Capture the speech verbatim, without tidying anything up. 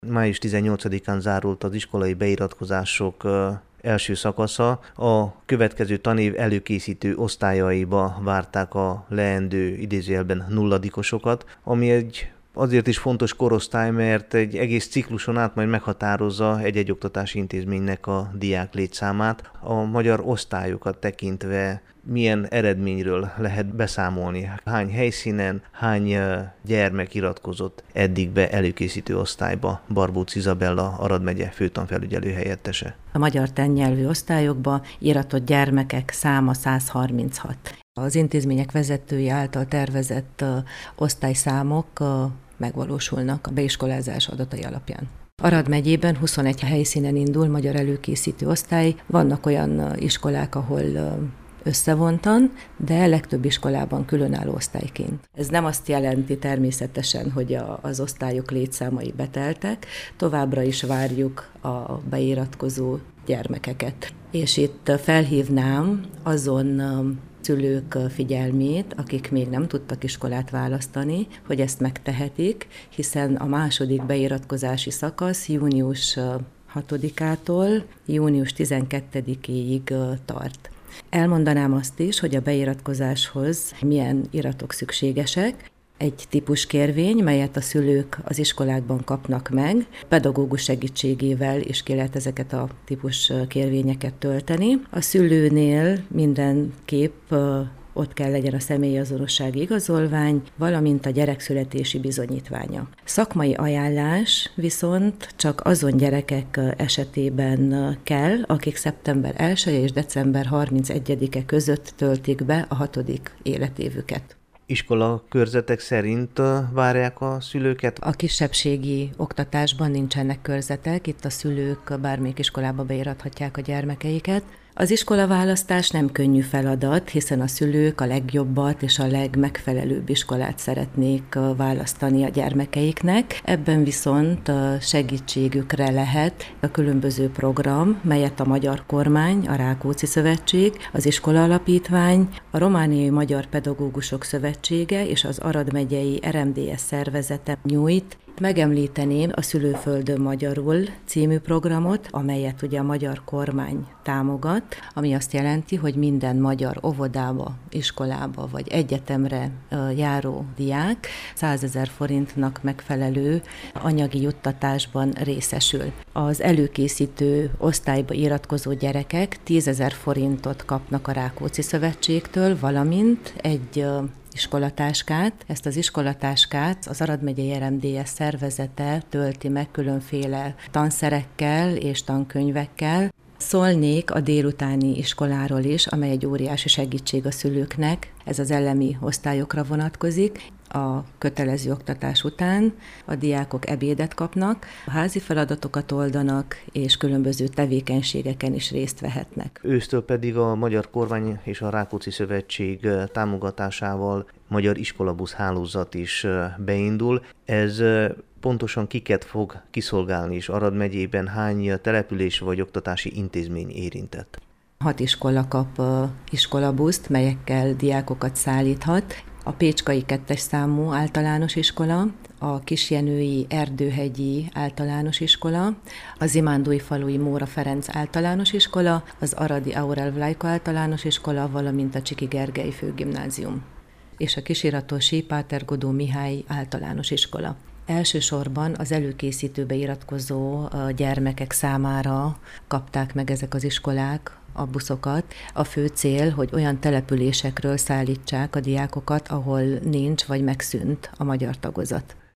május tizennyolcadikán zárult az iskolai beiratkozások első szakasza. A következő tanév előkészítő osztályaiba várták a leendő idézőjelben nulladikosokat, ami egy azért is fontos korosztály, mert egy egész cikluson át majd meghatározza egy-egy oktatási intézménynek a diák létszámát. A magyar osztályokat tekintve milyen eredményről lehet beszámolni? Hány helyszínen, hány gyermek iratkozott eddig be előkészítő osztályba? Barbóc Izabella, Arad megye főtanfelügyelő helyettese. A magyar tannyelvű osztályokba iratott gyermekek száma száz harminchat. Az intézmények vezetői által tervezett osztályszámok megvalósulnak a beiskolázás adatai alapján. Arad megyében huszonegy helyszínen indul magyar előkészítő osztály. Vannak olyan iskolák, ahol összevontan, de legtöbb iskolában különálló osztályként. Ez nem azt jelenti természetesen, hogy a, az osztályok létszámai beteltek, továbbra is várjuk a beiratkozó gyermekeket. És itt felhívnám azon szülők figyelmét, akik még nem tudtak iskolát választani, hogy ezt megtehetik, hiszen a második beiratkozási szakasz június hatodikától június tizenkettedikéig tart. Elmondanám azt is, hogy a beiratkozáshoz milyen iratok szükségesek. Egy típuskérvény, melyet a szülők az iskolákban kapnak meg, pedagógus segítségével is ki lehet ezeket a típuskérvényeket tölteni. A szülőnél mindenképp ott kell legyen a személyazonossági igazolvány, valamint a gyerekszületési bizonyítványa. Szakmai ajánlás viszont csak azon gyerekek esetében kell, akik szeptember elseje és december harmincegyedike között töltik be a hatodik életévüket. Iskola körzetek szerint várják a szülőket? A kisebbségi oktatásban nincsenek körzetek, itt a szülők bármelyik iskolába beirathatják a gyermekeiket. Az iskolaválasztás nem könnyű feladat, hiszen a szülők a legjobbat és a legmegfelelőbb iskolát szeretnék választani a gyermekeiknek. Ebben viszont segítségükre lehet a különböző program, melyet a magyar kormány, a Rákóczi Szövetség, az Iskola Alapítvány, a Romániai Magyar Pedagógusok Szövetsége és az Arad megyei er em dé es szervezete nyújt. Megemlíteném a Szülőföldön magyarul című programot, amelyet ugye a magyar kormány támogat, ami azt jelenti, hogy minden magyar óvodába, iskolába vagy egyetemre járó diák százezer forintnak megfelelő anyagi juttatásban részesül. Az előkészítő osztályba iratkozó gyerekek tízezer forintot kapnak a Rákóczi Szövetségtől, valamint egy iskolatáskát. Ezt az iskolatáskát az Arad megyei er em dé es szervezete tölti meg különféle tanszerekkel és tankönyvekkel. Szólnék a délutáni iskoláról is, amely egy óriási segítség a szülőknek. Ez az elemi osztályokra vonatkozik. A kötelező oktatás után a diákok ebédet kapnak, a házi feladatokat oldanak, és különböző tevékenységeken is részt vehetnek. Ősztől pedig a magyar kormány és a Rákóczi Szövetség támogatásával magyar iskolabusz hálózat is beindul. Ez pontosan kiket fog kiszolgálni, és Arad megyében hány település vagy oktatási intézmény érintett? Hat iskola kap iskolabuszt, melyekkel diákokat szállíthat. A Pécskai kettes számú általános iskola, a Kisjenői Erdőhegyi általános iskola, a Zimándújfalui Móra Ferenc általános iskola, az Aradi Aurel Vlajka általános iskola, valamint a Csiki Gergely főgimnázium, és a kisiratosi Páter Godó Mihály általános iskola. Elsősorban az előkészítőbe iratkozó gyermekek számára kapták meg ezek az iskolák a buszokat. A fő cél, hogy olyan településekről szállítsák a diákokat, ahol nincs vagy megszűnt a magyar tagozat.